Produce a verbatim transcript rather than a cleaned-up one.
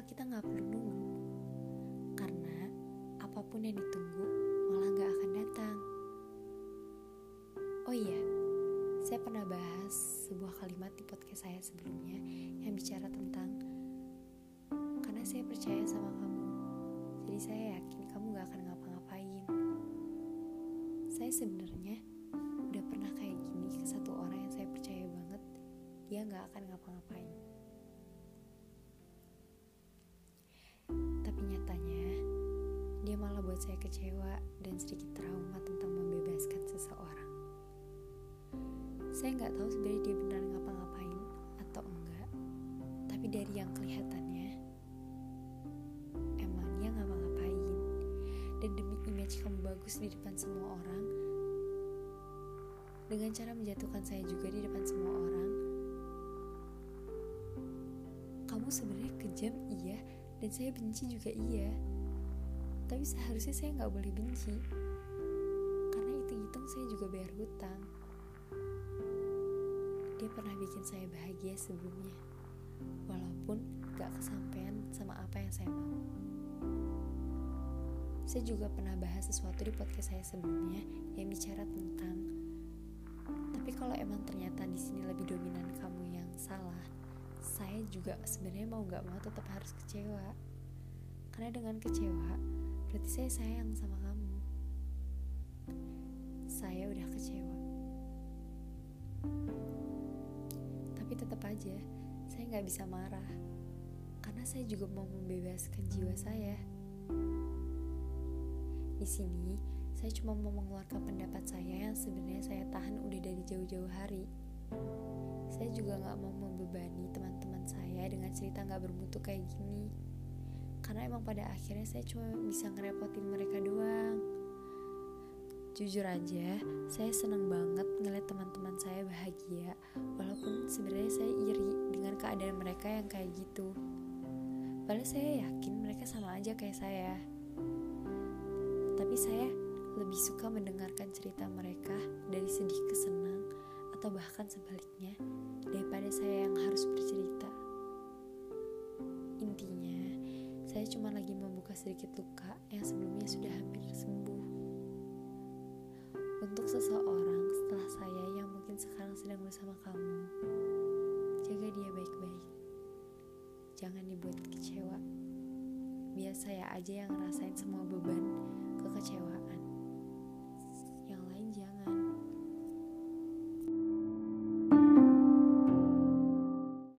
Padahal kita gak perlu nunggu, karena apapun yang ditunggu malah gak akan datang. Oh iya, saya pernah bahas sebuah kalimat di podcast saya sebelumnya yang bicara tentang karena saya percaya sama kamu, jadi saya yakin kamu gak akan ngapa-ngapain. Saya sebenarnya udah pernah kayak gini ke satu orang yang saya percaya banget dia gak akan ngapa-ngapain. Tapi nyatanya dia malah buat saya kecewa dan sedikit trauma tentang membebaskan seseorang. Saya gak tahu sebenarnya dia benar ngapa-ngapain atau enggak, tapi dari yang kelihatannya emang dia ngapa-ngapain. Dan demi image kamu bagus di depan semua orang, dengan cara menjatuhkan saya juga di depan semua orang, kamu sebenarnya kejam iya, dan saya benci juga iya. Tapi seharusnya saya gak boleh benci, karena hitung-hitung saya juga bayar hutang. Dia pernah bikin saya bahagia sebelumnya, walaupun gak kesampaian sama apa yang saya mau. Saya juga pernah bahas sesuatu di podcast saya sebelumnya yang bicara tentang, tapi kalau emang ternyata di sini lebih dominan kamu yang salah, saya juga sebenarnya mau nggak mau tetap harus kecewa. Karena dengan kecewa, berarti saya sayang sama kamu. Saya udah kecewa, tapi tetap aja saya nggak bisa marah, karena saya juga mau membebaskan jiwa saya. Di sini, saya cuma mau mengeluarkan pendapat saya yang sebenarnya saya tahan udah dari jauh-jauh hari. Saya juga gak mau membebani teman-teman saya dengan cerita gak bermutu kayak gini, karena emang pada akhirnya saya cuma bisa ngerepotin mereka doang. Jujur aja, saya seneng banget ngeliat teman-teman saya bahagia, walaupun sebenarnya saya iri dengan keadaan mereka yang kayak gitu. Padahal saya yakin mereka sama aja kayak saya. Tapi saya lebih suka mendengarkan cerita mereka dari sedih ke senang, atau bahkan sebaliknya, daripada saya yang harus bercerita. Intinya, saya cuma lagi membuka sedikit luka yang sebelumnya sudah hampir sembuh. Untuk seseorang setelah saya yang mungkin sekarang sedang bersama kamu, jaga dia baik-baik. Jangan dibuat kecewa. Biar saya aja yang ngerasain semua beban kekecewaan.